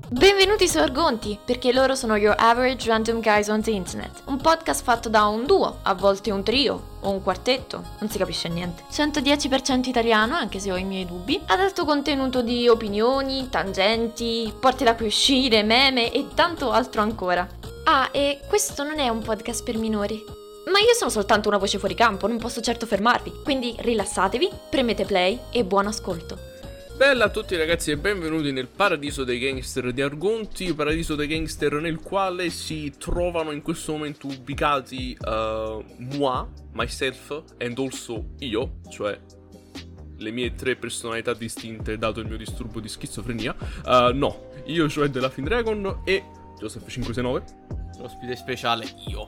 Benvenuti su Argonti, perché loro sono your average random guys on the internet. Un podcast fatto da un duo, a volte un trio o un quartetto, non si capisce niente. 110% italiano, anche se ho i miei dubbi. Ad alto contenuto di opinioni, tangenti, porte da cui uscire, meme e tanto altro ancora. Ah, e questo non è un podcast per minori. Ma io sono soltanto una voce fuori campo, non posso certo fermarvi. Quindi rilassatevi, premete play e buon ascolto. Bella a tutti ragazzi e benvenuti nel paradiso dei gangster di Argonti, paradiso dei gangster nel quale si trovano in questo momento ubicati moi, myself and also io, cioè le mie tre personalità distinte dato il mio disturbo di schizofrenia. No, io cioè della Findragon e Joseph569. L'ospite speciale io.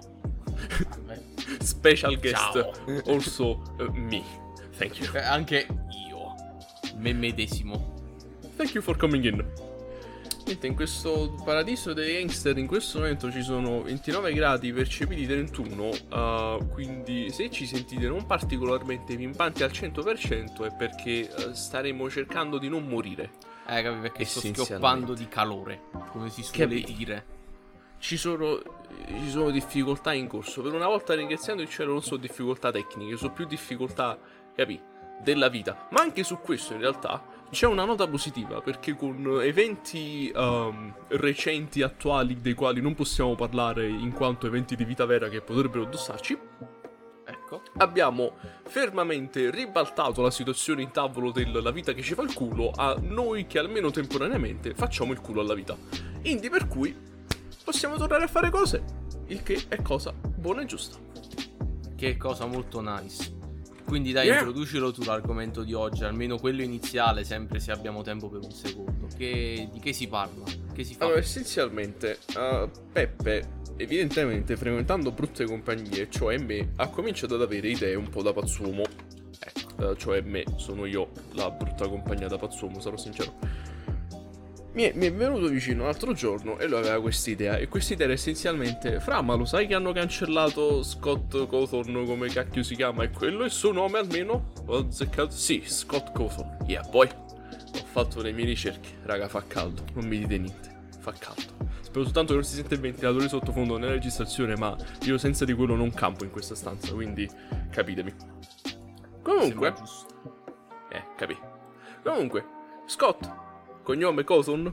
Special guest. Ciao. Also me. Thank you. Anche io. Me medesimo. Thank you for coming in. Niente, in questo paradiso dei gangster in questo momento ci sono 29 gradi percepiti 31, quindi se ci sentite non particolarmente pimpanti al 100% è perché staremo cercando di non morire. Capi, perché sto schioppando di calore, come si suole dire. Ci sono difficoltà in corso. Per una volta, ringraziando il cielo, non sono difficoltà tecniche, sono più difficoltà, capi, della vita. Ma anche su questo in realtà c'è una nota positiva, perché con eventi recenti, attuali, dei quali non possiamo parlare in quanto eventi di vita vera che potrebbero addossarci, ecco, abbiamo fermamente ribaltato la situazione in tavolo della vita che ci fa il culo a noi che almeno temporaneamente facciamo il culo alla vita. Indi per cui possiamo tornare a fare cose, il che è cosa buona e giusta. Che è cosa molto nice. Quindi dai, introducilo tu l'argomento di oggi, almeno quello iniziale, sempre se abbiamo tempo per un secondo. Di che si parla? Che si fa? Allora, essenzialmente, Peppe, evidentemente frequentando brutte compagnie, cioè me, ha cominciato ad avere idee un po' da pazzuomo. Ecco, cioè me, sono io la brutta compagnia da pazzuomo, sarò sincero. Mi è venuto vicino l'altro giorno e lui aveva quest'idea. E quest'idea era essenzialmente: Fra, ma lo sai che hanno cancellato Scott Cawthon, come cacchio si chiama? E quello è il suo nome almeno? Ho azzeccato? Sì, Scott Cawthon. Yeah, poi ho fatto le mie ricerche. Raga, fa caldo, non mi dite niente. Fa caldo. Spero soltanto che non si sente il ventilatore sottofondo nella registrazione, ma io senza di quello non campo in questa stanza, quindi capitemi. Comunque, capì. Comunque, Scott, cognome Cawthon,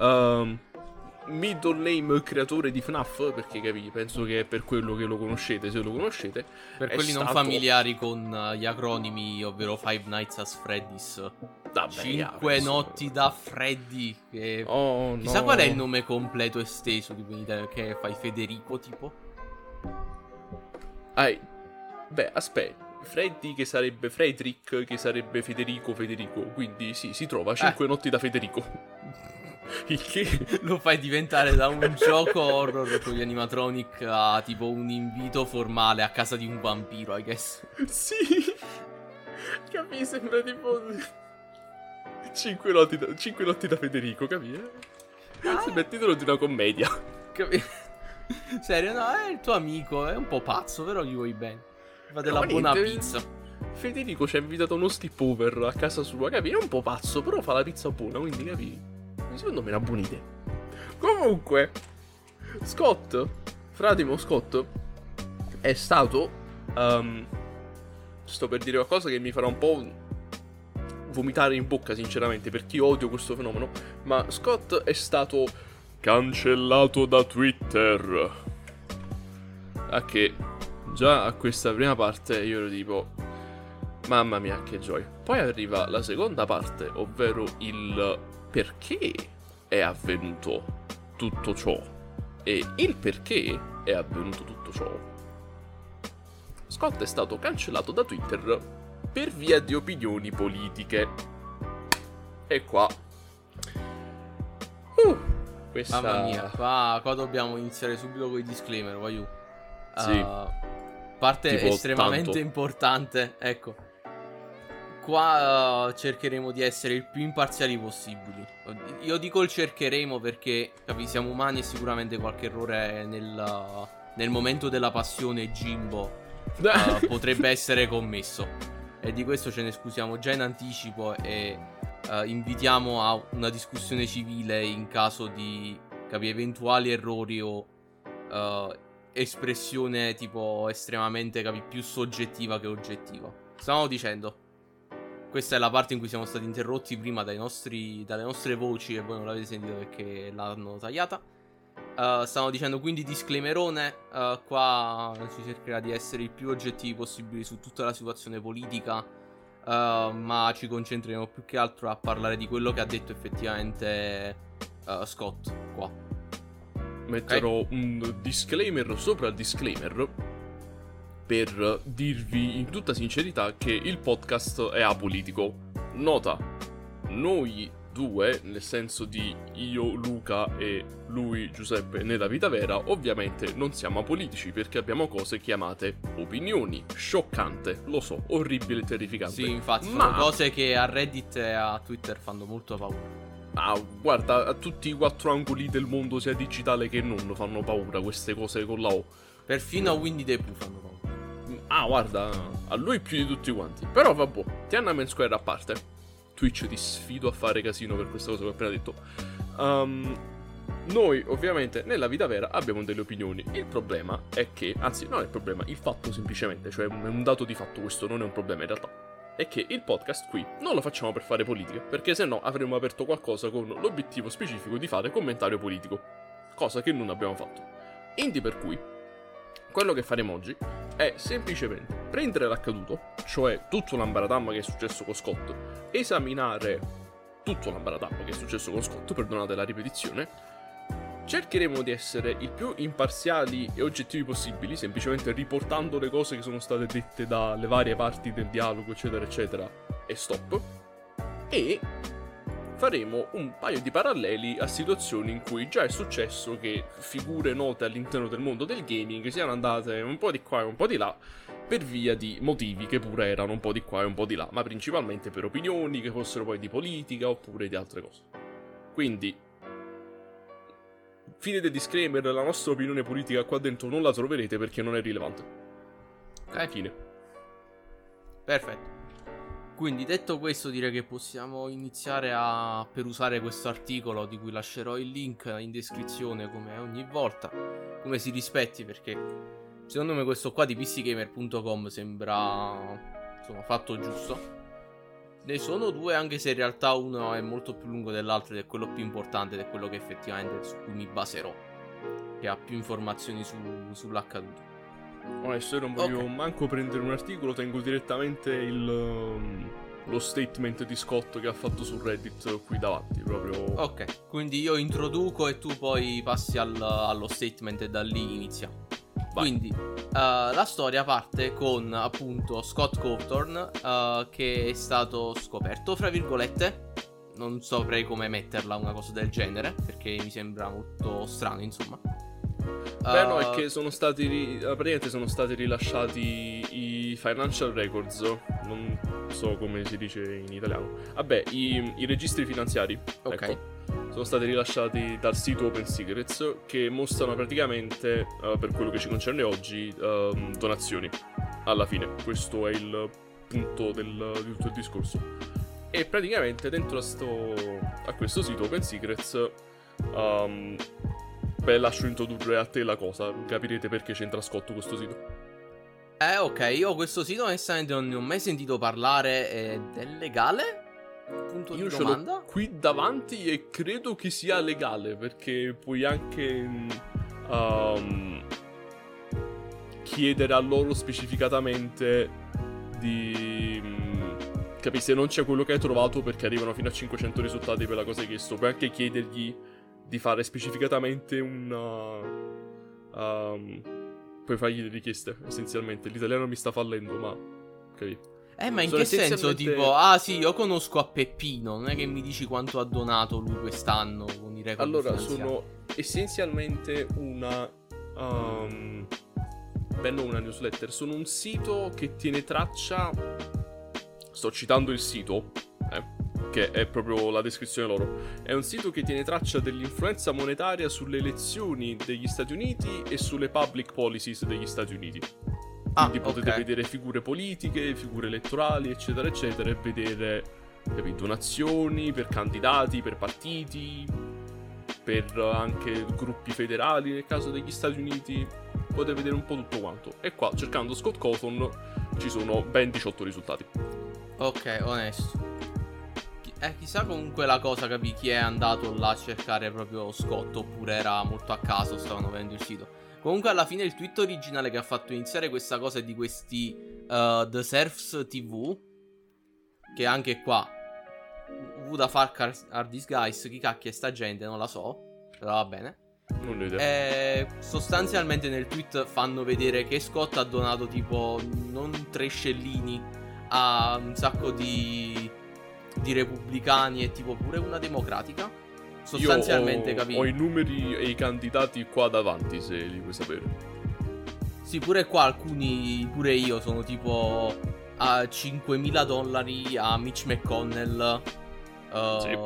middle name creatore di FNAF, perché capi, penso che è per quello che lo conoscete, se lo conoscete. Per quelli non familiari con gli acronimi, ovvero Five Nights at Freddy's. 5 notti da Freddy. Che... chissà qual è il nome completo esteso di quell'idea che fai, Federico tipo? Beh, aspetta. Freddy che sarebbe Frederick, che sarebbe Federico, quindi sì, si trova 5 notti da Federico. Il che lo fai diventare da un gioco horror con gli animatronic a tipo un invito formale a casa di un vampiro, I guess. Sì, capi, sembra tipo 5 notti da Federico, capi? Sembra il titolo di una commedia, capi? Serio, no, è il tuo amico, è un po' pazzo, però gli vuoi bene. Fate la buona pizza. Federico ci ha invitato uno sleepover a casa sua, capi? È un po' pazzo, però fa la pizza buona, quindi capi? Secondo me è una buona idea. Comunque, Scott, Fratimo Scott, è stato sto per dire qualcosa che mi farà un po' vomitare in bocca, sinceramente, perché io odio questo fenomeno. Ma Scott è stato cancellato da Twitter. A che già a questa prima parte io ero tipo, mamma mia che gioia. Poi arriva la seconda parte, ovvero il perché è avvenuto tutto ciò. E il perché è avvenuto tutto ciò. Scott è stato cancellato da Twitter per via di opinioni politiche. E qua questa... Mamma mia, qua dobbiamo iniziare subito con i disclaimer, voglio. Sì. Parte tipo estremamente tanto importante, ecco. Qua cercheremo di essere il più imparziali possibili. Io dico il cercheremo perché, capi, siamo umani e sicuramente qualche errore nel momento della passione Jimbo potrebbe essere commesso. E di questo ce ne scusiamo già in anticipo e invitiamo a una discussione civile in caso di eventuali errori o espressione tipo estremamente più soggettiva che oggettiva. Stavamo dicendo, questa è la parte in cui siamo stati interrotti prima dalle nostre voci e voi non l'avete sentito perché l'hanno tagliata. Stavamo dicendo quindi disclaimerone, qua si cercherà di essere il più oggettivi possibili su tutta la situazione politica, ma ci concentreremo più che altro a parlare di quello che ha detto effettivamente Scott qua. Metterò un disclaimer sopra il disclaimer per dirvi in tutta sincerità che il podcast è apolitico. Nota, noi due, nel senso di io Luca e lui Giuseppe nella vita vera, ovviamente non siamo apolitici perché abbiamo cose chiamate opinioni. Scioccante, lo so, orribile e terrificante. Sì, infatti, sono cose che a Reddit e a Twitter fanno molto paura. Guarda, a tutti i 4 angoli del mondo, sia digitale che non, fanno paura queste cose con la O. Perfino a Winnie the Pooh fanno paura. Guarda, a lui più di tutti quanti. Però vabbè, Tiananmen Square a parte, Twitch ti sfido a fare casino per questa cosa che ho appena detto. Noi ovviamente nella vita vera abbiamo delle opinioni. Il problema è che, anzi non è il problema, il fatto semplicemente, cioè è un dato di fatto, questo non è un problema in realtà, è che il podcast qui non lo facciamo per fare politica, perché se no avremmo aperto qualcosa con l'obiettivo specifico di fare commentario politico, cosa che non abbiamo fatto. Indi per cui quello che faremo oggi è semplicemente prendere l'accaduto, cioè tutto l'ambaradamma che è successo con Scott, esaminare tutto l'ambaradamma che è successo con Scott, perdonate la ripetizione. Cercheremo di essere il più imparziali e oggettivi possibili, semplicemente riportando le cose che sono state dette dalle varie parti del dialogo, eccetera, eccetera, e stop. E faremo un paio di paralleli a situazioni in cui già è successo che figure note all'interno del mondo del gaming siano andate un po' di qua e un po' di là, per via di motivi che pure erano un po' di qua e un po' di là, ma principalmente per opinioni che fossero poi di politica oppure di altre cose. Quindi, fine del disclaimer, la nostra opinione politica qua dentro non la troverete perché non è rilevante. Ok. Fine. Perfetto. Quindi detto questo, direi che possiamo iniziare per usare questo articolo, di cui lascerò il link in descrizione come ogni volta, come si rispetti, perché secondo me questo qua di pcgamer.com sembra insomma fatto giusto. Ne sono due, anche se in realtà uno è molto più lungo dell'altro ed è quello più importante ed è quello che effettivamente su cui mi baserò, che ha più informazioni sull'accaduto. Adesso io non voglio manco prendere un articolo, tengo direttamente lo statement di Scott che ha fatto su Reddit qui davanti, proprio. Ok, quindi io introduco e tu poi passi allo statement e da lì iniziamo. Vai. Quindi la storia parte con appunto Scott Cawthorn, che è stato scoperto, fra virgolette. Non saprei come metterla una cosa del genere, perché mi sembra molto strano, insomma. No, è che sono stati praticamente sono stati rilasciati i financial records, non so come si dice in italiano. Vabbè, i registri finanziari. Ok. Ecco, sono stati rilasciati dal sito Open Secrets, che mostrano praticamente, per quello che ci concerne oggi, donazioni. Alla fine, questo è il punto di tutto il discorso. E praticamente dentro a questo sito Open Secrets, lascio introdurre a te la cosa, capirete perché c'entra Scott questo sito. Ok, io questo sito onestamente non ne ho mai sentito parlare, ed è legale? Punto di domanda. Ce l'ho qui davanti e credo che sia legale, perché puoi anche chiedere a loro specificatamente di capisci, se non c'è quello che hai trovato, perché arrivano fino a 500 risultati per la cosa che hai chiesto. Puoi anche chiedergli di fare specificatamente puoi fargli le richieste, essenzialmente. L'italiano mi sta fallendo, ma capito? Ma in che senso? Tipo, sì, io conosco a Peppino, non è che mi dici quanto ha donato lui quest'anno con i record finanziari. Allora, sono essenzialmente una newsletter. Sono un sito che tiene traccia. Sto citando il sito, che è proprio la descrizione loro. È un sito che tiene traccia dell'influenza monetaria sulle elezioni degli Stati Uniti e sulle public policies degli Stati Uniti. Quindi potete vedere figure politiche, figure elettorali, eccetera, eccetera, e vedere capito? Donazioni per candidati, per partiti, per anche gruppi federali nel caso degli Stati Uniti. Potete vedere un po' tutto quanto. E qua, cercando Scott Cawthon, ci sono ben 18 risultati. Ok, onesto. Chissà comunque la cosa, capì, chi è andato là a cercare proprio Scott, oppure era molto a caso, stavano vedendo il sito. Comunque alla fine il tweet originale che ha fatto iniziare questa cosa è di questi The Serfs TV, che anche qua Who the fuck are these guys? Chi cacchio è sta gente? Non la so, però va bene. Non ho idea. Sostanzialmente nel tweet fanno vedere che Scott ha donato tipo non 3 scellini a un sacco di repubblicani e tipo pure una democratica. Sostanzialmente, ho i numeri e i candidati qua davanti, se li vuoi sapere. Sì, pure qua alcuni, pure io, sono tipo a $5.000 a Mitch McConnell, Sì.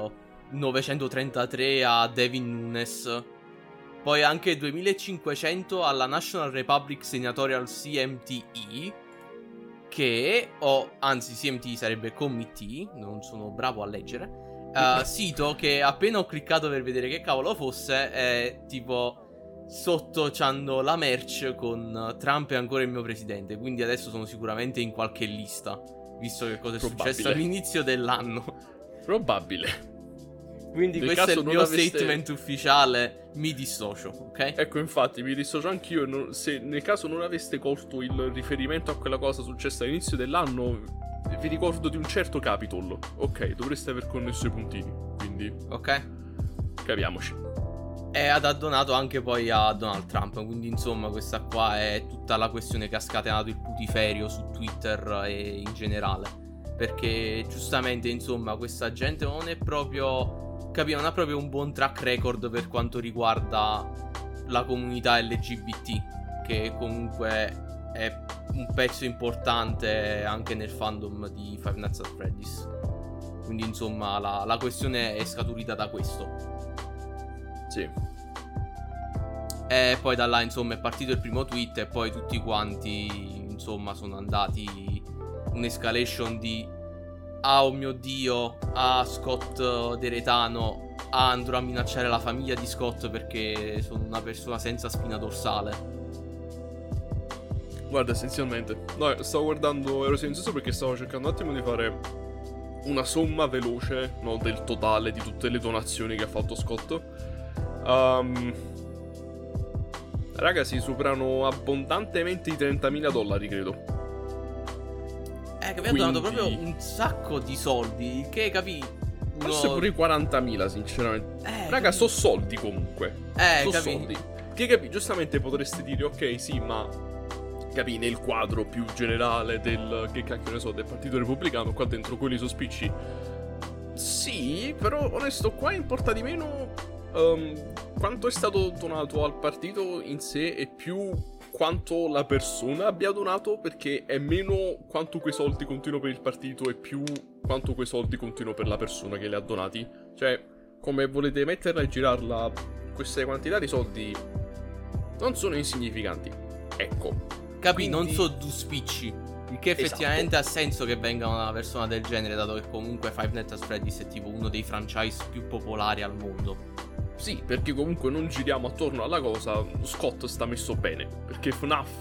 933 a Devin Nunes, poi anche 2.500 alla National Republic Senatorial CMTE, che anzi CMT sarebbe committee, non sono bravo a leggere. Sito che appena ho cliccato per vedere che cavolo fosse, è tipo sotto c'hanno la merch con Trump è ancora il mio presidente, quindi adesso sono sicuramente in qualche lista, visto che cosa è successo all'inizio dell'anno. Probabile. Quindi questo è il mio statement ufficiale, mi dissocio, ok? Ecco, infatti, mi dissocio anch'io. Se nel caso non aveste colto il riferimento a quella cosa successa all'inizio dell'anno, vi ricordo di un certo Capitol. Ok, dovreste aver connesso i puntini, quindi... Ok. Capiamoci. E ha donato anche poi a Donald Trump, quindi insomma questa qua è tutta la questione che ha scatenato il putiferio su Twitter e in generale. Perché giustamente, insomma, questa gente non è proprio... non ha proprio un buon track record per quanto riguarda la comunità LGBT, che comunque è un pezzo importante anche nel fandom di Five Nights at Freddy's. Quindi insomma la questione è scaturita da questo. Sì. E poi da là insomma è partito il primo tweet e poi tutti quanti insomma sono andati un'escalation di oh mio Dio, Scott Deretano, andrò a minacciare la famiglia di Scott perché sono una persona senza spina dorsale. Guarda, essenzialmente, no, stavo guardando, ero silenzioso perché stavo cercando un attimo di fare una somma veloce, no, del totale di tutte le donazioni che ha fatto Scott. Raga, si superano abbondantemente i $30.000, credo. Che mi ha donato proprio un sacco di soldi, che capì? Forse pure i 40.000, sinceramente. Raga, so soldi comunque. So soldi. Che capì, giustamente potreste dire, ok, sì, ma... capì, nel quadro più generale del, che cacchio ne so, del Partito Repubblicano, qua dentro quelli sospicci. Sì, però onesto, qua importa di meno quanto è stato donato al partito in sé e più quanto la persona abbia donato, perché è meno quanto quei soldi continuano per il partito e più quanto quei soldi continuano per la persona che li ha donati. Cioè, come volete metterla e girarla, queste quantità di soldi non sono insignificanti. Ecco. Capì, non so due spicci. Il che effettivamente ha senso che venga una persona del genere, dato che comunque Five Nights at Freddy's è tipo uno dei franchise più popolari al mondo. Sì, perché comunque non giriamo attorno alla cosa. Scott sta messo bene, perché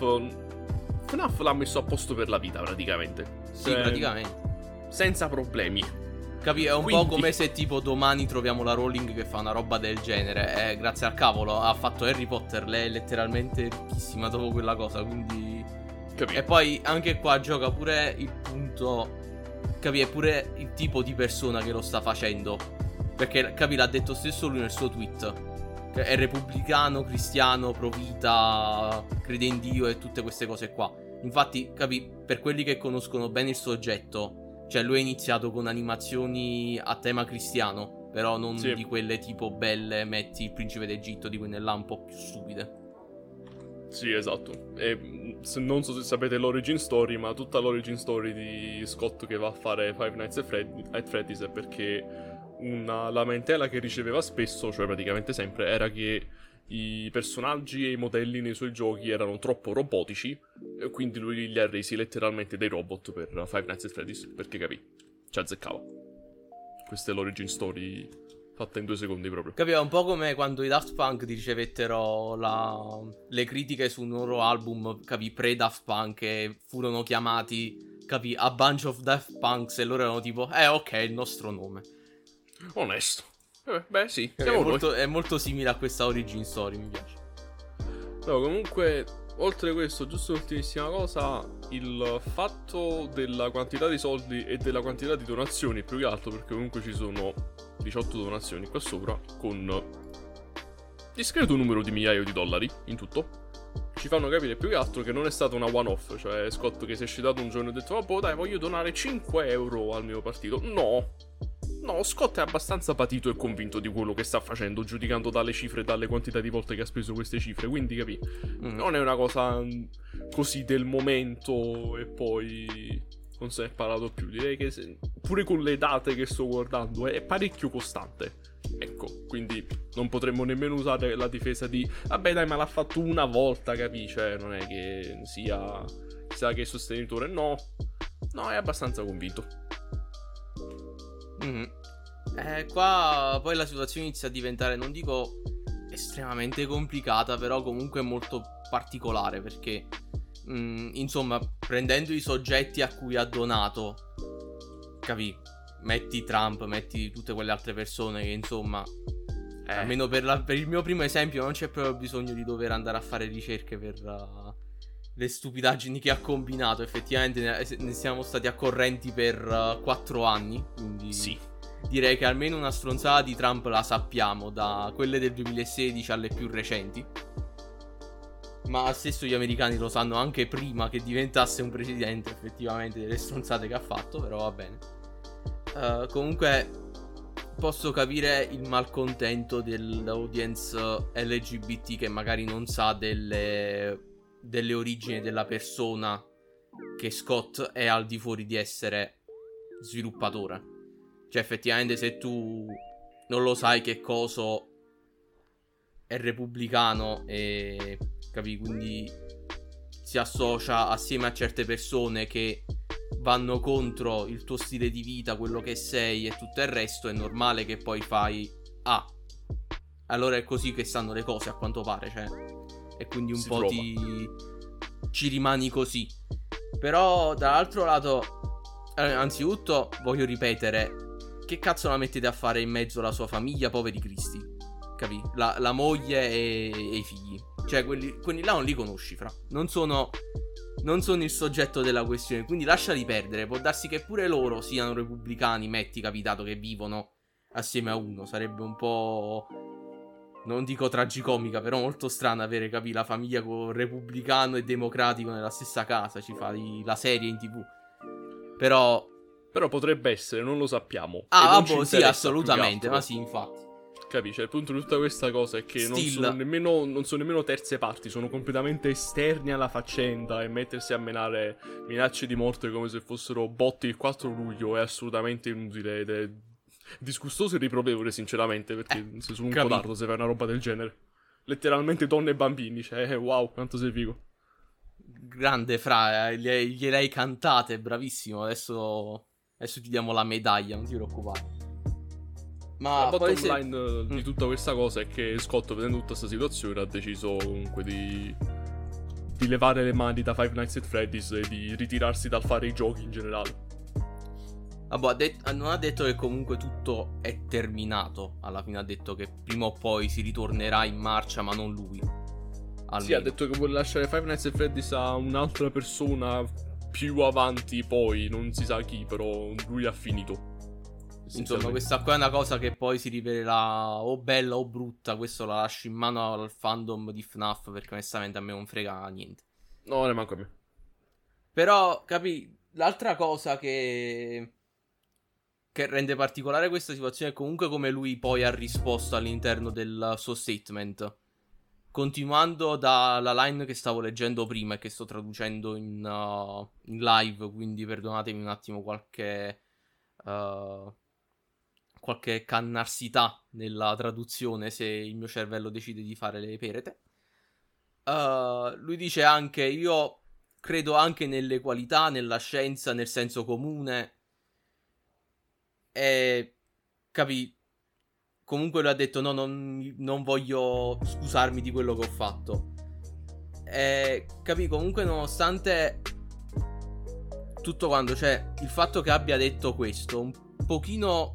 FNAF l'ha messo a posto per la vita praticamente. Sì, praticamente senza problemi. Capì, è un po' come se tipo domani troviamo la Rowling che fa una roba del genere. Grazie al cavolo, ha fatto Harry Potter, lei è letteralmente ricchissima dopo quella cosa, quindi... Capì. E poi anche qua gioca pure il punto, capì, è pure il tipo di persona che lo sta facendo. Perché, capì, l'ha detto stesso lui nel suo tweet, che è repubblicano, cristiano, pro vita, crede in Dio e tutte queste cose qua. Infatti, capì, per quelli che conoscono bene il soggetto, cioè lui ha iniziato con animazioni a tema cristiano, però non di quelle tipo belle, metti il principe d'Egitto, di quelle là un po' più stupide. Sì, esatto. E non so se sapete l'origin story, ma tutta l'origin story di Scott che va a fare Five Nights at Freddy's è perché una lamentela che riceveva spesso, cioè praticamente sempre, era che i personaggi e i modelli nei suoi giochi erano troppo robotici, e quindi lui li ha resi letteralmente dei robot per Five Nights at Freddy's, perché capì, ci azzeccava. Questa è l'origin story fatta in 2 secondi proprio. Capiva un po' come quando i Daft Punk ricevettero le critiche su un loro album, pre-Daft Punk, e furono chiamati, a bunch of Daft Punks, e loro erano tipo, ok, è il nostro nome. Onesto. Beh, sì, è molto simile a questa origin story, mi piace. No, comunque, oltre a questo, giusto l'ultimissima cosa, il fatto della quantità di soldi e della quantità di donazioni, più che altro, perché comunque ci sono 18 donazioni qua sopra, con discreto numero di migliaia di dollari in tutto, ci fanno capire più che altro che non è stata una one-off. Cioè Scott che si è scitato un giorno e ha detto vabbè dai, voglio donare 5 euro al mio partito. No, Scott è abbastanza patito e convinto di quello che sta facendo, giudicando dalle cifre e dalle quantità di volte che ha speso queste cifre. Quindi capì, non è una cosa così del momento e poi non se ne è parlato più. Direi che pure con le date che sto guardando è parecchio costante. Ecco, quindi non potremmo nemmeno usare la difesa di vabbè dai, ma l'ha fatto una volta, capì? Cioè non è che sia che sostenitore. No, è abbastanza convinto. Qua poi la situazione inizia a diventare, non dico estremamente complicata, però comunque molto particolare, perché insomma, prendendo i soggetti a cui ha donato, capì? Metti Trump, metti tutte quelle altre persone che insomma, almeno per il mio primo esempio, non c'è proprio bisogno di dover andare a fare ricerche per le stupidaggini che ha combinato. Effettivamente ne siamo stati accorrenti per 4 anni, quindi sì, direi che almeno una stronzata di Trump la sappiamo, da quelle del 2016 alle più recenti. Ma stesso gli americani lo sanno anche prima che diventasse un presidente, effettivamente, delle stronzate che ha fatto, però va bene. Comunque posso capire il malcontento dell'audience LGBT che magari non sa delle origini della persona, che Scott è al di fuori di essere sviluppatore. Cioè effettivamente se tu non lo sai che coso è repubblicano e capì, quindi si associa assieme a certe persone che vanno contro il tuo stile di vita, quello che sei e tutto il resto, è normale che poi fai allora è così che stanno le cose, a quanto pare, cioè, e quindi un po' ci rimani così. Però dall'altro lato, anzitutto voglio ripetere, che cazzo la mettete a fare in mezzo alla sua famiglia, poveri cristi, capì? La moglie e i figli, cioè quelli là non li conosci, fra, non sono il soggetto della questione, quindi lasciali perdere. Può darsi che pure loro siano repubblicani, metti capitato che vivono assieme a uno. Sarebbe un po', non dico tragicomica, però molto strano avere, capì, la famiglia con repubblicano e democratico nella stessa casa. Ci fa la serie in TV. Però potrebbe essere, non lo sappiamo. Vabbè, sì, assolutamente, ma sì, infatti. Capisci? Il punto di tutta questa cosa è che non sono nemmeno terze parti, sono completamente esterni alla faccenda, e mettersi a menare minacce di morte come se fossero botti il 4 luglio è assolutamente inutile ed è disgustoso e riprovevole, sinceramente, perché se sono un codardo se fai una roba del genere. Letteralmente donne e bambini, cioè wow, quanto sei figo. Grande, fra, gliel'hai cantate, bravissimo, adesso ti diamo la medaglia, non ti preoccupare. Ma la bottom line di tutta questa cosa è che Scott, vedendo tutta questa situazione, ha deciso comunque di levare le mani da Five Nights at Freddy's e di ritirarsi dal fare i giochi in generale. Non ha detto che comunque tutto è terminato. Alla fine ha detto che prima o poi si ritornerà in marcia, ma non lui. Almeno. Sì, ha detto che vuole lasciare Five Nights at Freddy's a un'altra persona più avanti, poi non si sa chi, però lui ha finito. Insomma, questa qua è una cosa che poi si rivelerà o bella o brutta. Questo la lascio in mano al fandom di FNAF, perché onestamente a me non frega niente. No, ne manco a me. Però, capì, l'altra cosa che rende particolare questa situazione è comunque come lui poi ha risposto all'interno del suo statement. Continuando dalla line che stavo leggendo prima e che sto traducendo in live, quindi perdonatemi un attimo qualche cannarsità nella traduzione, se il mio cervello decide di fare le perete. Lui dice anche: io credo anche nelle qualità, nella scienza, nel senso comune, e capì? Comunque lui ha detto no, non voglio scusarmi di quello che ho fatto. Capì? Comunque nonostante tutto quanto, cioè il fatto che abbia detto questo, un pochino,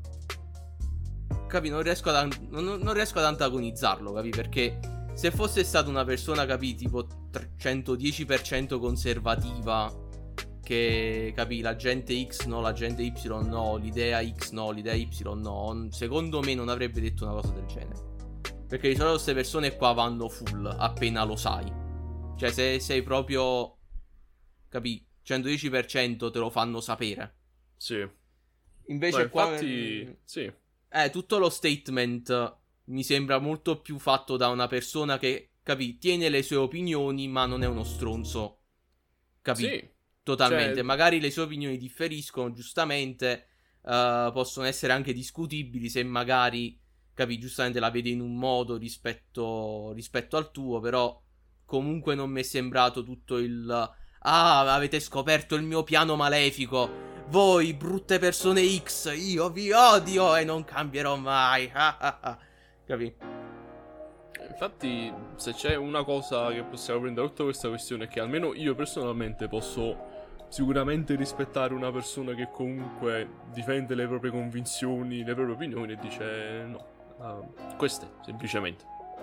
capì? Non riesco ad antagonizzarlo, capì? Perché se fosse stata una persona, capì, tipo 110% conservativa, che, capì, la gente X no, la gente Y no, l'idea X no, l'idea Y no, secondo me non avrebbe detto una cosa del genere. Perché di solito queste persone qua vanno full appena lo sai. Cioè se sei proprio, capì, 110% te lo fanno sapere. Sì. Invece qua infatti, sì. Tutto lo statement mi sembra molto più fatto da una persona che, capì, tiene le sue opinioni ma non è uno stronzo. Capì? Sì. Totalmente. Cioè, magari le sue opinioni differiscono, giustamente, possono essere anche discutibili se magari, capì, giustamente la vede in un modo rispetto al tuo, però comunque non mi è sembrato tutto il avete scoperto il mio piano malefico, voi brutte persone X, io vi odio e non cambierò mai. Capì? Infatti, se c'è una cosa che possiamo prendere da tutta questa questione è che almeno io personalmente posso sicuramente rispettare una persona che comunque difende le proprie convinzioni, le proprie opinioni e dice no, queste semplicemente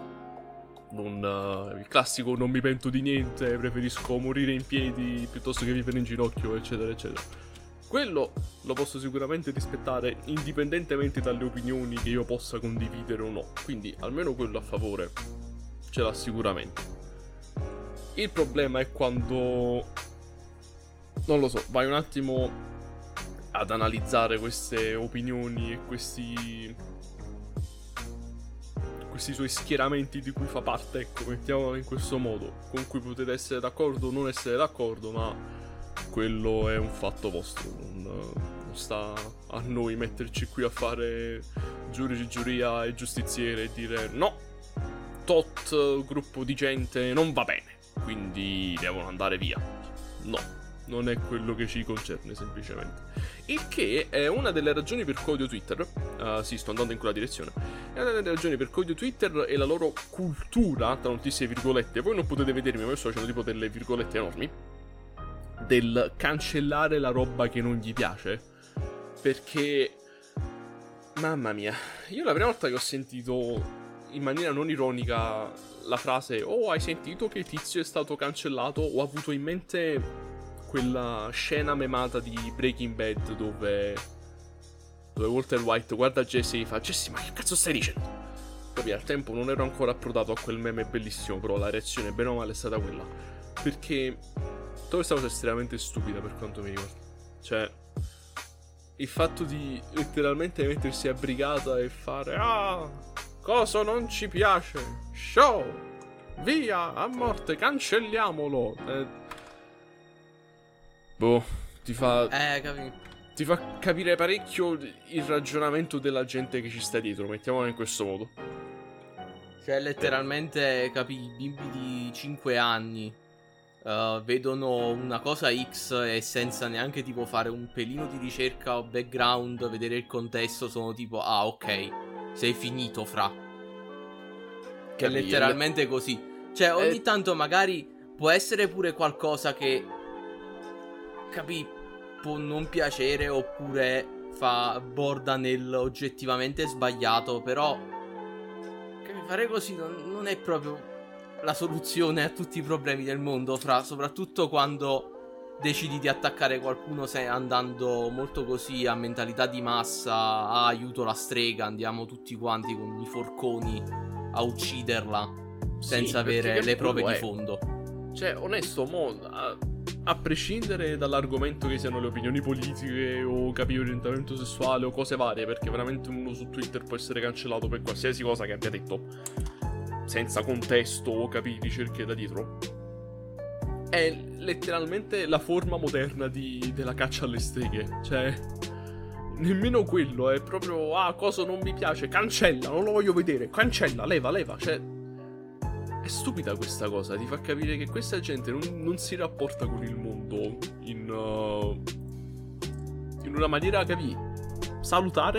non, il classico non mi pento di niente, preferisco morire in piedi piuttosto che vivere in ginocchio, eccetera eccetera. Quello lo posso sicuramente rispettare indipendentemente dalle opinioni che io possa condividere o no. Quindi almeno quello a favore ce l'ha sicuramente. Il problema è quando, non lo so, vai un attimo ad analizzare queste opinioni e questi suoi schieramenti di cui fa parte, ecco, mettiamolo in questo modo, con cui potete essere d'accordo o non essere d'accordo, ma quello è un fatto vostro, non sta a noi metterci qui a fare giudici, giuria e giustiziere e dire no, tot gruppo di gente non va bene, quindi devono andare via. No, non è quello che ci concerne semplicemente. Il che è una delle ragioni per cui odio Twitter. Sì, sto andando in quella direzione. È una delle ragioni per cui odio Twitter e la loro cultura, tra notissime virgolette. Voi non potete vedermi, ma io sto facendo tipo delle virgolette enormi, del cancellare la roba che non gli piace. Perché, mamma mia, io la prima volta che ho sentito in maniera non ironica la frase "oh, hai sentito che Tizio è stato cancellato?", ho avuto in mente quella scena memata di Breaking Bad dove Walter White guarda Jesse e fa "Jesse, ma che cazzo stai dicendo?". Capì, al tempo non ero ancora approdato a quel meme bellissimo, però la reazione bene o male è stata quella, perché tutta questa cosa è estremamente stupida per quanto mi riguarda. Cioè, il fatto di letteralmente mettersi a brigata e fare cosa non ci piace, show, via, a morte, cancelliamolo. Ti fa capire parecchio il ragionamento della gente che ci sta dietro, mettiamolo in questo modo. Cioè letteralmente, capì, i bimbi di 5 anni vedono una cosa X e senza neanche tipo fare un pelino di ricerca o background, vedere il contesto, sono tipo ok, sei finito fra. Che è letteralmente così. Cioè ogni tanto magari può essere pure qualcosa che, capì, può non piacere oppure fa borda nel oggettivamente sbagliato, però fare così non è proprio la soluzione a tutti i problemi del mondo, fra, soprattutto quando decidi di attaccare qualcuno andando molto così a mentalità di massa, aiuto la strega, andiamo tutti quanti con i forconi a ucciderla senza avere le prove di fondo. Cioè, onesto, a prescindere dall'argomento che siano le opinioni politiche o capire orientamento sessuale o cose varie, perché veramente uno su Twitter può essere cancellato per qualsiasi cosa che abbia detto senza contesto o capire ricerche da dietro, è letteralmente la forma moderna della caccia alle streghe. Cioè, nemmeno quello, è proprio cosa non mi piace, cancella, non lo voglio vedere, cancella, leva. Cioè, è stupida questa cosa, ti fa capire che questa gente non si rapporta con il mondo in una maniera, capì, salutare,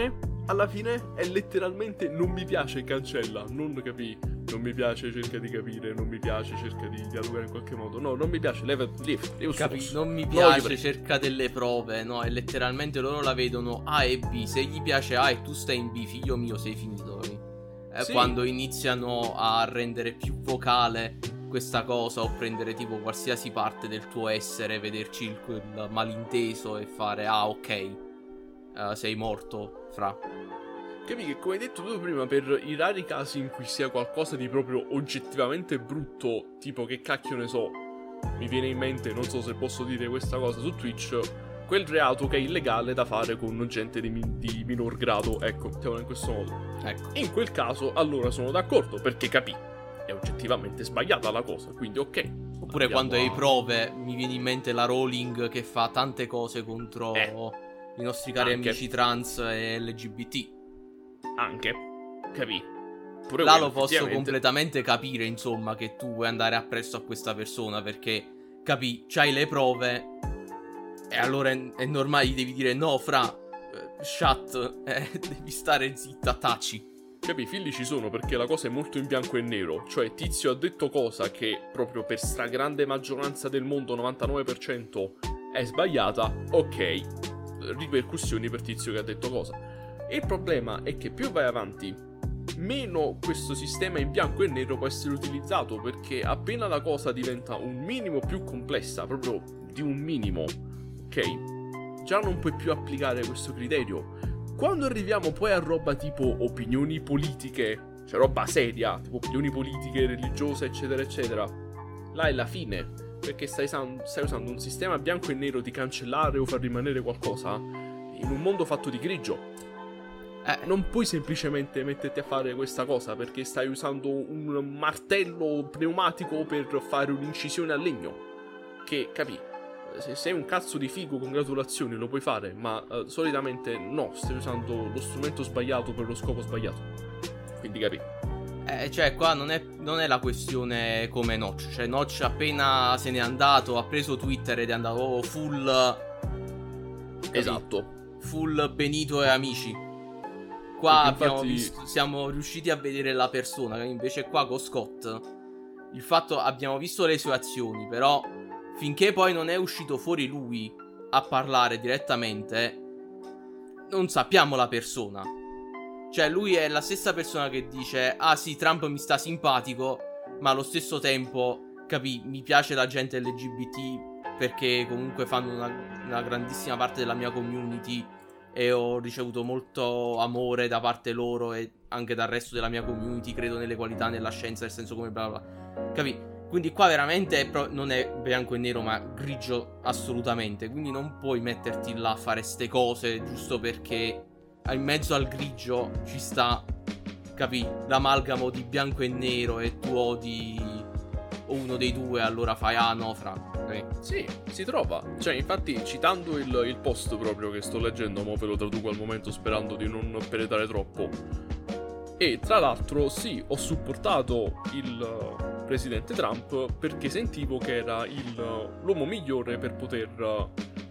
alla fine è letteralmente non mi piace, cancella, non capì, non mi piace, cerca di capire, non mi piace, cerca di dialogare in qualche modo, no, non mi piace, leave capì, non mi piace, cerca delle prove, no, e letteralmente loro la vedono A e B, se gli piace A e tu stai in B, figlio mio, sei finito, sì. Quando iniziano a rendere più vocale questa cosa o prendere tipo qualsiasi parte del tuo essere, vederci il malinteso e fare ok, sei morto, fra. Capi che, come hai detto tu prima, per i rari casi in cui sia qualcosa di proprio oggettivamente brutto, tipo che cacchio ne so, mi viene in mente, non so se posso dire questa cosa su Twitch, quel reato che è illegale da fare con gente di minor grado, ecco, mettiamolo in questo modo. Ecco. In quel caso allora sono d'accordo, perché capì, è oggettivamente sbagliata la cosa, quindi ok. Oppure quando hai prove, mi viene in mente la Rowling che fa tante cose contro i nostri cari amici trans e LGBT. Anche, capì? Pure là lo posso completamente capire, insomma, che tu vuoi andare appresso a questa persona perché, capì, c'hai le prove e allora è normale, gli devi dire no, shut, devi stare zitta, taci. Capì, i figli ci sono perché la cosa è molto in bianco e nero, cioè Tizio ha detto cosa che proprio per stragrande maggioranza del mondo, 99%, è sbagliata, ok, ripercussioni per Tizio che ha detto cosa. E il problema è che più vai avanti, meno questo sistema in bianco e nero può essere utilizzato, perché appena la cosa diventa un minimo più complessa, proprio di un minimo, ok, già non puoi più applicare questo criterio. Quando arriviamo poi a roba tipo opinioni politiche, cioè roba seria, tipo opinioni politiche, religiose, eccetera, eccetera, là è la fine, perché stai usando un sistema bianco e nero di cancellare o far rimanere qualcosa in un mondo fatto di grigio. Non puoi semplicemente metterti a fare questa cosa perché stai usando un martello pneumatico per fare un'incisione a legno. Che, capì? Se sei un cazzo di figo, congratulazioni, lo puoi fare, ma solitamente no, stai usando lo strumento sbagliato per lo scopo sbagliato. Quindi capì? Cioè qua non è la questione come Notch. Cioè Notch appena se n'è andato, ha preso Twitter ed è andato full... Esatto. Full Benito e amici. Qua infatti... siamo riusciti a vedere la persona. Invece qua con Scott il fatto, abbiamo visto le sue azioni, però finché poi non è uscito fuori lui a parlare direttamente, non sappiamo la persona. Cioè lui è la stessa persona che dice ah sì, Trump mi sta simpatico, ma allo stesso tempo, capì, mi piace la gente LGBT perché comunque fanno una grandissima parte della mia community e ho ricevuto molto amore da parte loro e anche dal resto della mia community, credo nelle qualità, nella scienza, nel senso come bla bla bla. Capì? Quindi qua veramente non è bianco e nero, ma grigio assolutamente. Quindi non puoi metterti là a fare ste cose giusto perché in mezzo al grigio ci sta, capì, l'amalgamo di bianco e nero e tu odi uno dei due, allora fai no, okay. Sì, si trova. Cioè, infatti, citando il post proprio che sto leggendo, mo ve lo traduco al momento sperando di non penetrare troppo. E tra l'altro, sì, ho supportato il presidente Trump perché sentivo che era l'uomo migliore per poter...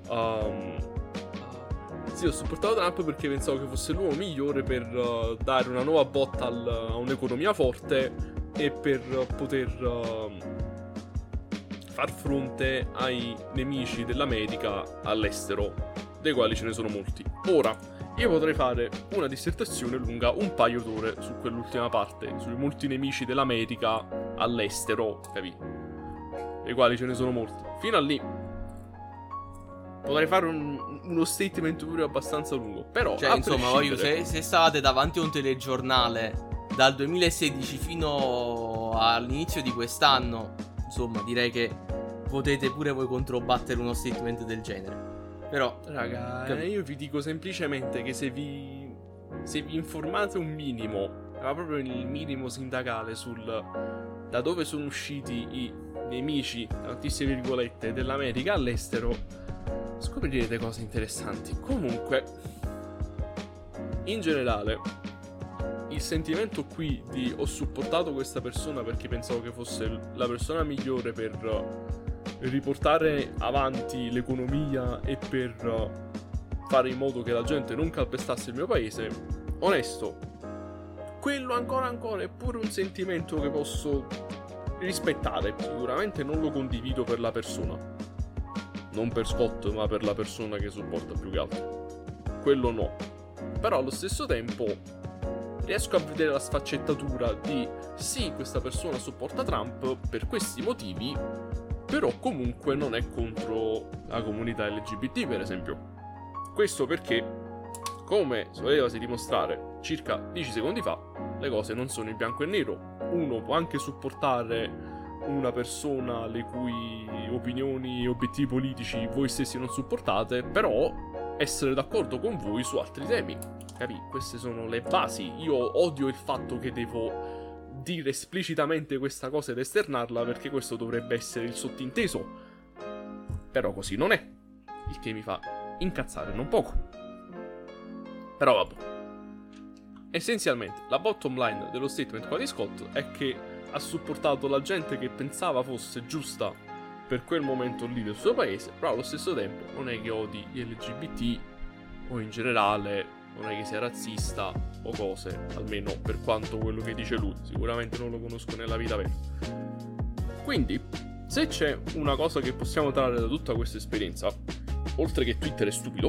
Sì, ho supportato Trump perché pensavo che fosse l'uomo migliore per dare una nuova botta a un'economia forte e per poter far fronte ai nemici dell'America all'estero, dei quali ce ne sono molti. Ora, io potrei fare una dissertazione lunga un paio d'ore su quell'ultima parte, sui molti nemici dell'America all'estero, capito? Dei quali ce ne sono molti. Fino a lì potrei fare uno statement pure abbastanza lungo, però cioè insomma se stavate davanti a un telegiornale dal 2016 fino all'inizio di quest'anno, insomma direi che potete pure voi controbattere uno statement del genere. Però raga, io vi dico semplicemente che se vi informate un minimo, ma proprio il minimo sindacale da dove sono usciti i nemici, tantissime virgolette, dell'America all'estero, scoprirete cose interessanti. Comunque, in generale, il sentimento qui di ho supportato questa persona perché pensavo che fosse la persona migliore per riportare avanti l'economia e per fare in modo che la gente non calpestasse il mio paese onesto, quello ancora è pure un sentimento che posso rispettare. Sicuramente non lo condivido per la persona, non per Scott, ma per la persona che supporta più che altro. Quello no. Però allo stesso tempo riesco a vedere la sfaccettatura di sì, questa persona supporta Trump per questi motivi, però comunque non è contro la comunità LGBT, per esempio. Questo perché, come volevasi dimostrare circa 10 secondi fa, le cose non sono in bianco e nero. Uno può anche supportare una persona le cui opinioni e obiettivi politici voi stessi non supportate, però essere d'accordo con voi su altri temi. Capì? Queste sono le basi. Io odio il fatto che devo dire esplicitamente questa cosa ed esternarla, perché questo dovrebbe essere il sottinteso. Però così non è, il che mi fa incazzare non poco. Però vabbè. Essenzialmente la bottom line dello statement qua di Scott è che ha supportato la gente che pensava fosse giusta per quel momento lì del suo paese, però allo stesso tempo non è che odi gli LGBT o in generale non è che sia razzista o cose, almeno per quanto quello che dice lui. Sicuramente non lo conosco nella vita vera. Quindi, se c'è una cosa che possiamo trarre da tutta questa esperienza, oltre che Twitter è stupido,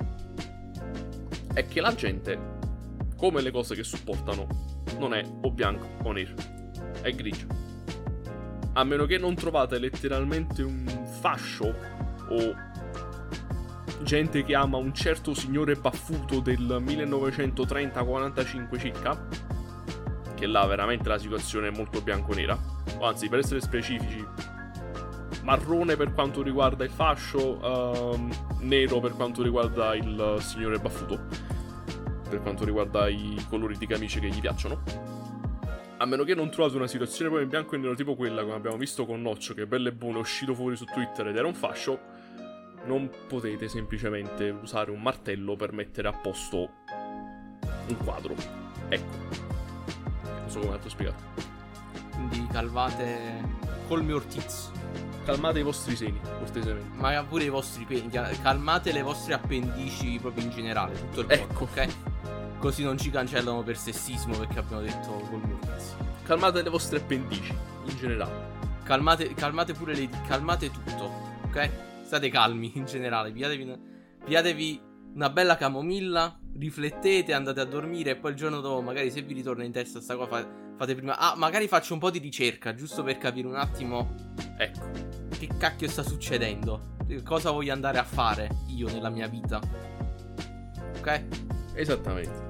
è che la gente, come le cose che supportano, non è o bianco o nero, è grigio. A meno che non trovate letteralmente un fascio o gente che ama un certo signore baffuto del 1930-45 circa, che là veramente la situazione è molto bianco-nera, o anzi, per essere specifici, marrone per quanto riguarda il fascio, nero per quanto riguarda il signore baffuto, per quanto riguarda i colori di camicie che gli piacciono. A meno che non trovate una situazione poi in bianco e nero tipo quella, come abbiamo visto con Noccio, che bello e buono è uscito fuori su Twitter ed era un fascio, non potete semplicemente usare un martello per mettere a posto un quadro. Ecco. Non so come l'ho spiegato. Quindi calmate colmi ortiz. Calmate i vostri seni, cortesemente. Ma pure i vostri peni. Calmate le vostre appendici proprio in generale, tutto il corpo, ok? Così non ci cancellano per sessismo perché abbiamo detto colmi ortiz. Calmate le vostre appendici, in generale. Calmate pure calmate tutto, ok? State calmi in generale, pigliatevi una bella camomilla, riflettete, andate a dormire e poi il giorno dopo magari se vi ritorna in testa sta cosa fate prima. Magari faccio un po' di ricerca giusto per capire un attimo, ecco, che cacchio sta succedendo, cosa voglio andare a fare io nella mia vita, ok? Esattamente.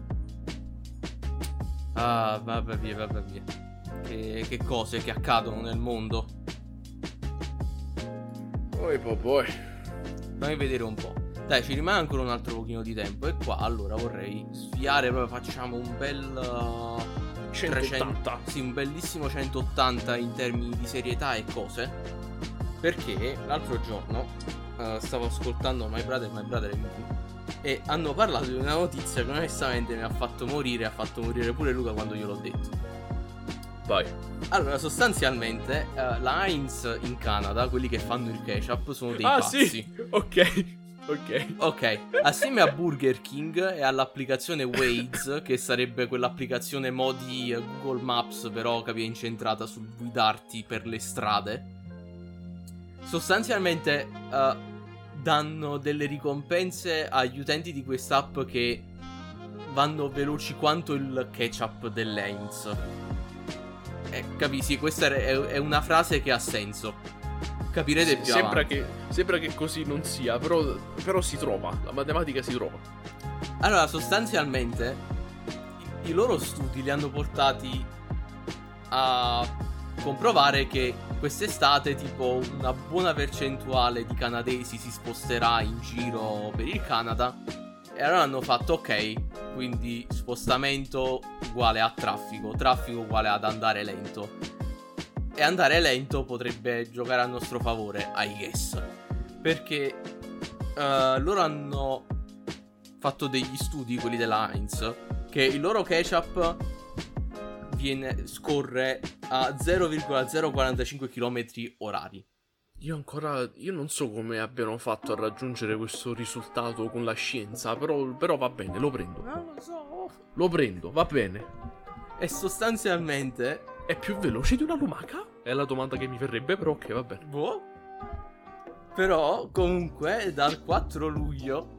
Vabbè via. Che cose che accadono nel mondo. Poi. Fammi vedere un po'. Dai, ci rimane ancora un altro pochino di tempo. E qua allora vorrei sviare. Proprio facciamo un bel 180. Sì, un bellissimo 180 in termini di serietà e cose. Perché l'altro giorno stavo ascoltando My Brother and Me e hanno parlato di una notizia che onestamente mi ha fatto morire. Ha fatto morire pure Luca quando gliel'ho detto. Vai. Allora, sostanzialmente la Heinz in Canada, quelli che fanno il ketchup, sono dei pazzi. Sì, ok. Assieme a Burger King e all'applicazione Waze, che sarebbe quell'applicazione modi Google Maps, però che è incentrata sul guidarti per le strade, sostanzialmente danno delle ricompense agli utenti di quest'app che vanno veloci quanto il ketchup dell'Heinz. Capisci? Questa è una frase che ha senso. Capirete più avanti. Sembra che così non sia, però si trova. La matematica si trova. Allora, sostanzialmente i loro studi li hanno portati a comprovare che quest'estate tipo una buona percentuale di canadesi si sposterà in giro per il Canada. E allora hanno fatto ok, quindi spostamento uguale a traffico uguale ad andare lento. E andare lento potrebbe giocare a nostro favore, I guess. Perché loro hanno fatto degli studi, quelli della Heinz, che il loro ketchup scorre a 0,045 km orari. Io non so come abbiano fatto a raggiungere questo risultato con la scienza, però va bene, lo prendo. Non lo so. Lo prendo, va bene. E sostanzialmente è più veloce di una lumaca? È la domanda che mi verrebbe, però ok, va bene. Boh. Però comunque dal 4 luglio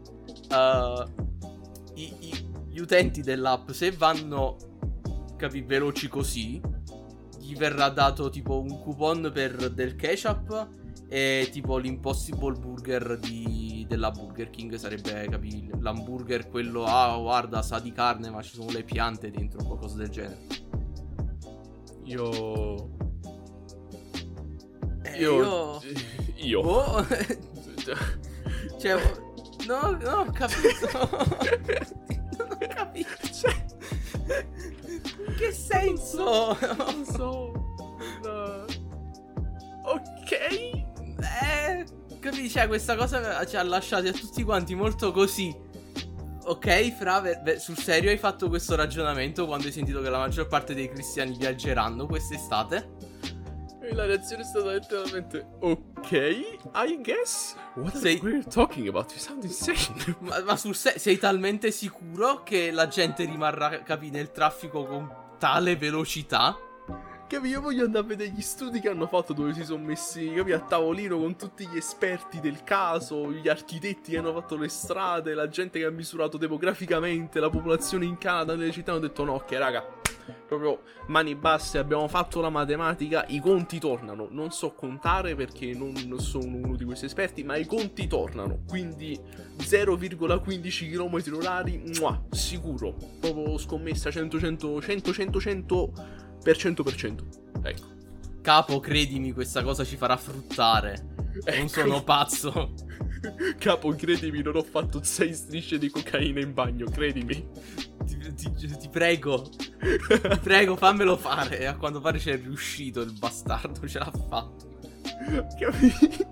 gli utenti dell'app, se vanno veloci così, gli verrà dato tipo un coupon per del ketchup e tipo l'Impossible Burger della Burger King. Sarebbe, l'hamburger quello, guarda, sa di carne ma ci sono le piante dentro, qualcosa del genere. Io boh. Cioè, no, ho capito. Non ho capito. Cioè, in che senso? Non so. No. Ok. Capisci? Cioè, questa cosa ci ha lasciati a tutti quanti molto così. Ok, Fra, sul serio hai fatto questo ragionamento quando hai sentito che la maggior parte dei cristiani viaggeranno quest'estate? E la reazione è stata letteralmente ok, I guess. What are you talking about? You sound insane. Ma sei talmente sicuro che la gente rimarrà, nel traffico con tale velocità? Io voglio andare a vedere gli studi che hanno fatto, dove si sono messi, a tavolino con tutti gli esperti del caso, gli architetti che hanno fatto le strade, la gente che ha misurato demograficamente la popolazione in Canada, nelle città. Hanno detto no, ok raga, proprio mani basse, abbiamo fatto la matematica, i conti tornano. Non so contare perché non sono uno di questi esperti, ma i conti tornano. Quindi 0,15 km orari, sicuro. Proprio scommessa 100%. Ecco. Capo, credimi, questa cosa ci farà fruttare. Ecco. Non sono pazzo. Capo, credimi, non ho fatto 6 strisce di cocaina in bagno, credimi. Ti prego. Ti prego, fammelo fare. E a quanto pare c'è riuscito il bastardo, ce l'ha fatto. Capì?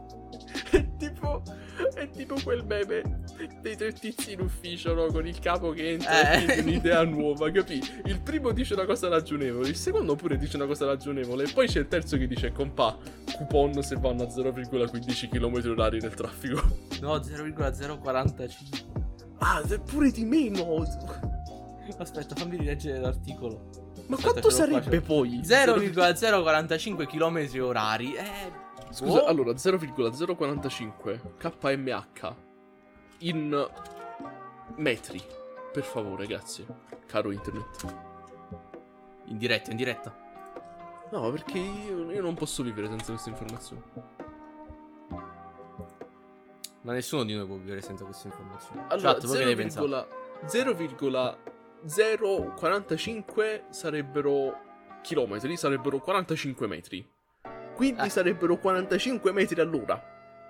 È tipo quel meme dei 3 tizi in ufficio, no? Con il capo che entra e dice un'idea nuova, capì? Il primo dice una cosa ragionevole, il secondo pure dice una cosa ragionevole, e poi c'è il terzo che dice compà, coupon se vanno a 0,15 km orari nel traffico. No, 0,045. Ah, pure di meno. Aspetta, fammi rileggere l'articolo. Ma quanto sarebbe poi? 0,045 km orari. Scusa, allora 0,045 kmh in metri. Per favore, grazie, caro internet. In diretta. No, perché io non posso vivere senza queste informazioni. Ma nessuno di noi può vivere senza queste informazioni. Allora, 0,045 sarebbero chilometri, sarebbero 45 metri. Quindi sarebbero 45 metri all'ora.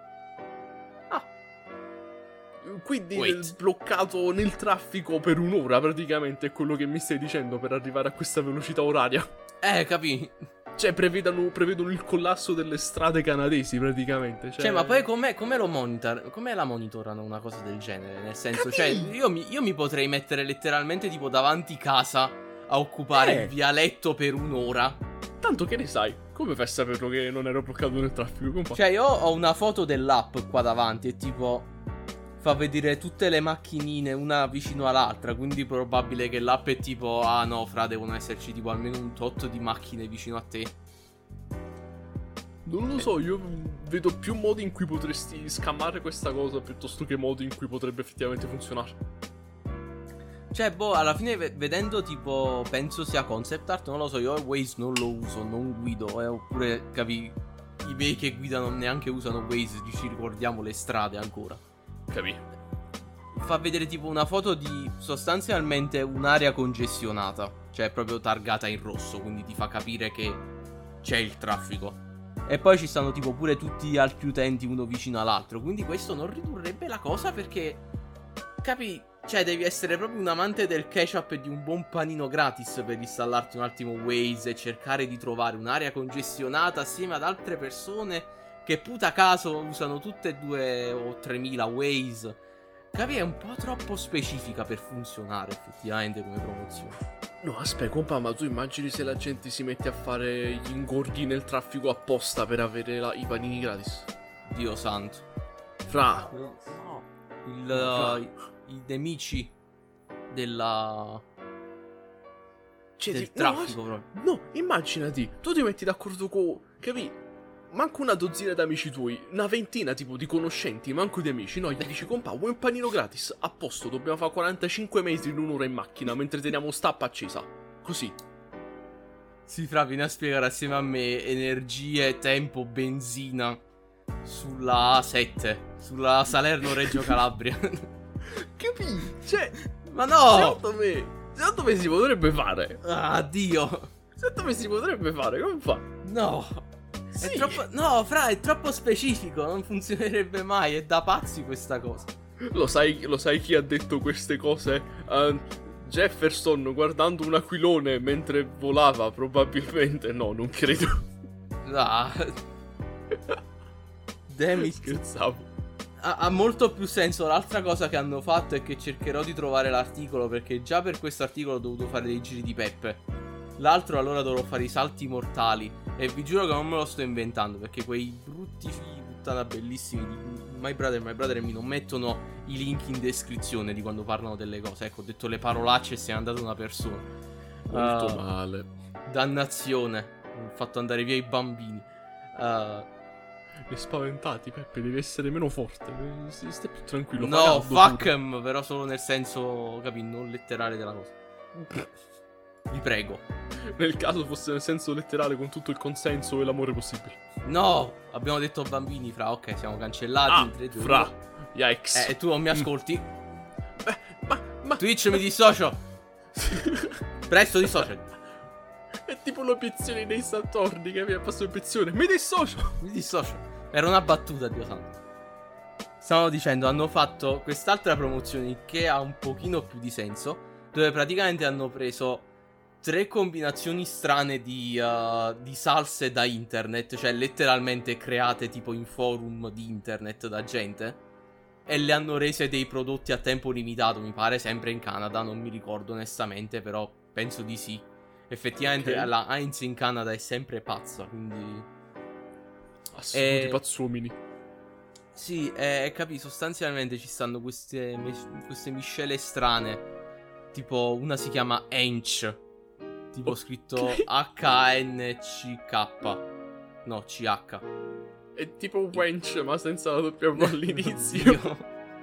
Quindi bloccato nel traffico per un'ora praticamente è quello che mi stai dicendo, per arrivare a questa velocità oraria. Capì? Cioè prevedono il collasso delle strade canadesi praticamente. Cioè ma poi come la monitorano una cosa del genere? Nel senso, cioè io mi potrei mettere letteralmente tipo davanti casa a occupare il vialetto per un'ora. Tanto che ne sai? Come fai a saperlo che non ero bloccato nel traffico? Compa? Cioè io ho una foto dell'app qua davanti e tipo fa vedere tutte le macchinine una vicino all'altra, quindi probabile che l'app è tipo no, Fra, devono esserci tipo almeno un tot di macchine vicino a te. Non lo so, io vedo più modi in cui potresti scammare questa cosa piuttosto che modi in cui potrebbe effettivamente funzionare. Cioè, alla fine vedendo tipo, penso sia concept art, non lo so, io Waze non lo uso, non guido, oppure, capi, i miei che guidano neanche usano Waze, ci ricordiamo le strade ancora. Capì? Fa vedere tipo una foto di sostanzialmente un'area congestionata, cioè proprio targata in rosso, quindi ti fa capire che c'è il traffico. E poi ci stanno tipo pure tutti gli altri utenti uno vicino all'altro, quindi questo non ridurrebbe la cosa perché, capi? Cioè devi essere proprio un amante del ketchup e di un buon panino gratis per installarti un attimo Waze e cercare di trovare un'area congestionata assieme ad altre persone che puta caso usano tutte e due o 3000 Waze. Capi, è un po' troppo specifica per funzionare effettivamente come promozione. No, aspetta, compa, ma tu immagini se la gente si mette a fare gli ingorghi nel traffico apposta per avere i panini gratis? Dio santo. Fra. No. I nemici del traffico proprio. No, immaginati, tu ti metti d'accordo con, capì? Manco una dozzina di amici tuoi, una ventina tipo di conoscenti, manco di amici. No, gli dici, compa, vuoi un panino gratis? A posto, dobbiamo fare 45 metri in un'ora in macchina mentre teniamo stappa accesa. Così. Si fra, vieni a spiegare assieme a me energie, tempo, benzina sulla A7, sulla Salerno-Reggio Calabria. Capì? Cioè, ma no! Secondo me si potrebbe fare. Ah, Dio! Secondo me si potrebbe fare, come fa? No! Sì. È troppo... No, fra, è troppo specifico, non funzionerebbe mai, è da pazzi questa cosa. Lo sai chi ha detto queste cose? Jefferson guardando un aquilone mentre volava, probabilmente. No, non credo. Ah. Damn it. Scherzavo. Ha molto più senso l'altra cosa che hanno fatto è che cercherò di trovare l'articolo, perché già per questo articolo ho dovuto fare dei giri di peppe. L'altro allora dovrò fare i salti mortali. E vi giuro che non me lo sto inventando, perché quei brutti figli di puttana bellissimi di My Brother e Me non mettono i link in descrizione di quando parlano delle cose. Ecco, ho detto le parolacce e se n'è andata una persona. Molto male. Dannazione. Ho fatto andare via i bambini. Mi spaventati, Peppe, devi essere meno forte. Stai più tranquillo. No, fuck em, però solo nel senso, capi, non letterale della cosa. Vi prego. Nel caso fosse nel senso letterale, con tutto il consenso e l'amore possibile. No, abbiamo detto bambini, fra, ok, siamo cancellati in 3, 2, fra, yikes. E tu non mi ascolti? Ma Twitch mi dissocio. Presto dissocio. È tipo l'obiezione dei Saturni che mi ha fatto l'obiezione. Mi dissocio. Era una battuta, Dio santo. Stavo dicendo, hanno fatto quest'altra promozione che ha un pochino più di senso, dove praticamente hanno preso 3 combinazioni strane di salse da internet, cioè letteralmente create tipo in forum di internet da gente, e le hanno rese dei prodotti a tempo limitato, mi pare sempre in Canada, non mi ricordo onestamente, però penso di sì. Effettivamente okay. La Heinz in Canada è sempre pazza, quindi assoluti pazzumini. Sì, capì, sostanzialmente ci stanno queste miscele strane. Tipo, una si chiama Hench, tipo scritto H-N-C-K. No, C-H. È tipo wench, ma senza la doppia V all'inizio.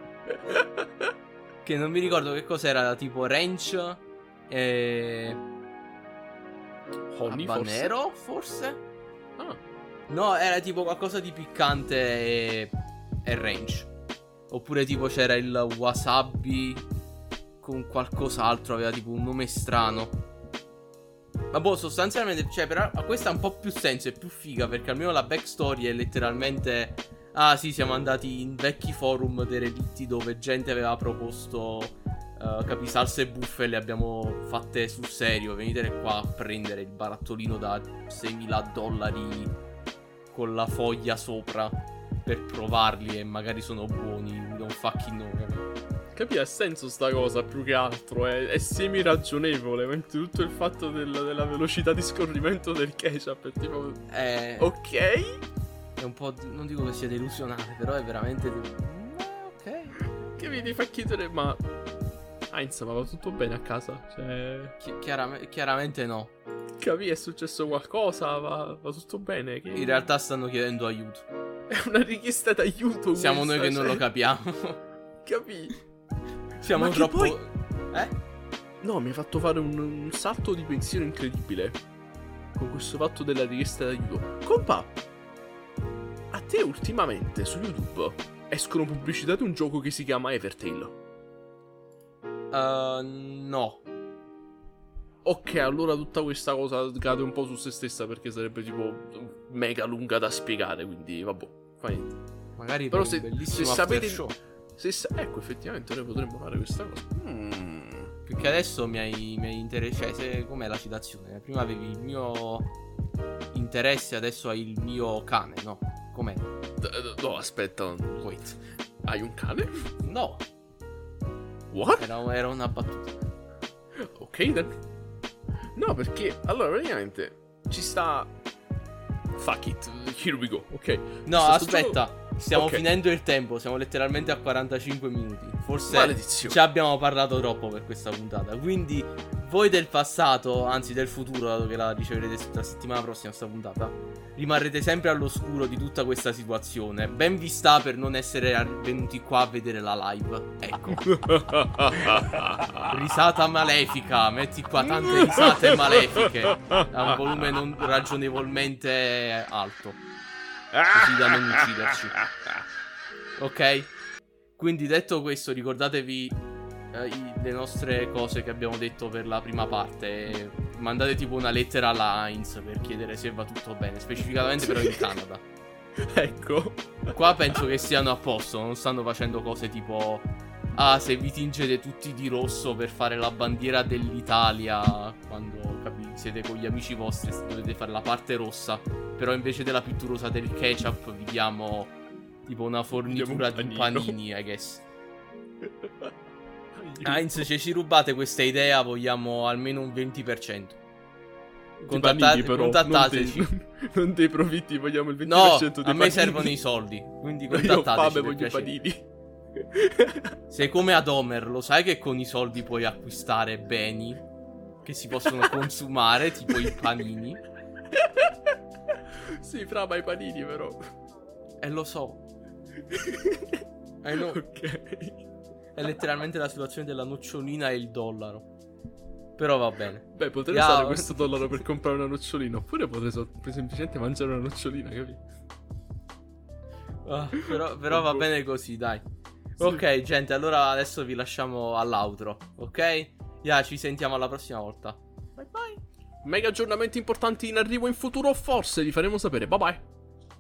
Che non mi ricordo che cos'era, tipo ranch e... honey, habanero, forse? Ah. No, era tipo qualcosa di piccante e ranch. Oppure tipo c'era il wasabi con qualcos'altro, aveva tipo un nome strano. Ma boh, sostanzialmente, cioè, però questa ha un po' più senso, è più figa, perché almeno la backstory è letteralmente... Ah sì, siamo andati in vecchi forum dei relitti dove gente aveva proposto capi, salse buffe, e le abbiamo fatte sul serio. Venite qua a prendere il barattolino da $6.000 con la foglia sopra per provarli, e magari sono buoni. We don't fucking know, Capi, ha senso sta cosa più che altro, è semi-ragionevole, mentre tutto il fatto della velocità di scorrimento del ketchup è tipo... ok? È un po'... non dico che sia delusionale, però è veramente... ok. Che mi fa chiedere, ma... Heinz, ma va tutto bene a casa? Cioè... chiaramente no. Capi, è successo qualcosa? Va tutto bene? Che... In realtà stanno chiedendo aiuto. È una richiesta d'aiuto. Siamo questa, noi che non lo capiamo. Capi? Siamo ma troppo... poi... No, mi ha fatto fare un salto di pensiero incredibile con questo fatto della richiesta d'aiuto. Compa, a te ultimamente su YouTube escono pubblicità di un gioco che si chiama Evertale? No. Ok, allora tutta questa cosa cade un po' su se stessa, perché sarebbe tipo mega lunga da spiegare, quindi vabbè, fa niente. Magari però per se sapete show. Ecco, effettivamente noi potremmo fare questa cosa. Più che adesso mi hai interessato. Cioè, com'è la citazione? Prima avevi il mio interesse, adesso hai il mio cane, no? Com'è? No, aspetta. Wait. Hai un cane? No. What? Era una battuta. Ok, then. No, perché allora praticamente ci sta. Fuck it, here we go, ok. No, aspetta. Stiamo finendo il tempo, siamo letteralmente a 45 minuti. Forse maledizione. ci abbiamo parlato troppo per questa puntata. Quindi voi del passato, anzi del futuro, dato che la riceverete la settimana prossima sta puntata, rimarrete sempre all'oscuro di tutta questa situazione. Ben vi sta per non essere venuti qua a vedere la live. Ecco. Risata malefica, metti qua tante risate malefiche a un volume non ragionevolmente alto, così da non ucciderci. Ok? Quindi detto questo, ricordatevi le nostre cose che abbiamo detto per la prima parte. Mandate tipo una lettera alla Heinz per chiedere se va tutto bene, specificatamente però in Canada. Ecco. Qua penso che siano a posto, non stanno facendo cose tipo se vi tingete tutti di rosso per fare la bandiera dell'Italia quando siete con gli amici vostri, dovete fare la parte rossa, però invece della pittura usate il ketchup, vi diamo tipo una fornitura di panini, I guess. Heinz, se ci rubate questa idea vogliamo almeno un 20%. Contattateci. Non dei profitti, vogliamo il 20% no, dei panini. A me servono i soldi, quindi contattateci. Io voglio i panini. Sei come ad Homer, lo sai che con i soldi puoi acquistare beni che si possono consumare, tipo i panini. Sì, ma i panini però. Lo so. I know. Ok. È letteralmente la situazione della nocciolina e il dollaro. Però va bene. Beh, potrei usare questo dollaro per comprare una nocciolina. Oppure potrei semplicemente mangiare una nocciolina, capito? Però va bene così, dai. Sì. Ok, gente, allora adesso vi lasciamo all'outro, ok? Ci sentiamo alla prossima volta. Bye bye. Mega aggiornamenti importanti in arrivo in futuro, forse li faremo sapere. Bye bye.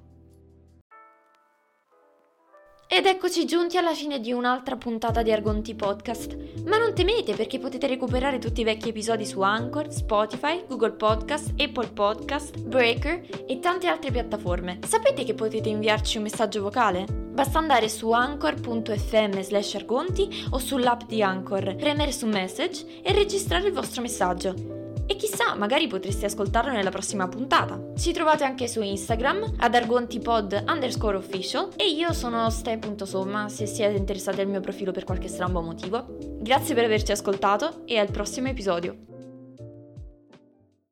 Ed eccoci giunti alla fine di un'altra puntata di Argonti Podcast. Ma non temete, perché potete recuperare tutti i vecchi episodi su Anchor, Spotify, Google Podcast, Apple Podcast, Breaker e tante altre piattaforme. Sapete che potete inviarci un messaggio vocale? Basta andare su anchor.fm/argonti o sull'app di Anchor, premere su Message e registrare il vostro messaggio. E chissà, magari potreste ascoltarlo nella prossima puntata. Ci trovate anche su Instagram ad argontipod_official e io sono ste.somma se siete interessati al mio profilo per qualche strambo motivo. Grazie per averci ascoltato e al prossimo episodio.